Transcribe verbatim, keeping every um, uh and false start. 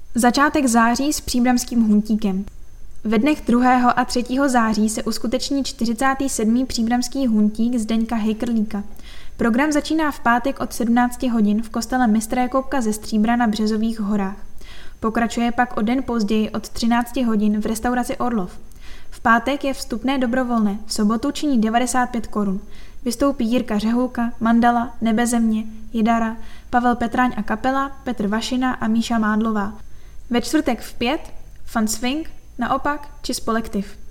Začátek září s příbramským huntíkem. Ve dnech druhého a třetího září se uskuteční čtyřicátý sedmý příbramský huntík Zdeňka Hejkrlíka. Program začíná v pátek od sedmnácti hodin v kostele Mistra Jakobka ze Stříbra na Březových horách. Pokračuje pak o den později od třinácti hodin v restauraci Orlov. V pátek je vstupné dobrovolné, v sobotu činí devadesát pět korun. Vystoupí Jirka Řehulka, Mandala, Nebezemě, Jidara, Pavel Petráň a kapela, Petr Vašina a Míša Mádlová. Ve čtvrtek v pět Fun Swing, naopak Čis Kolektiv.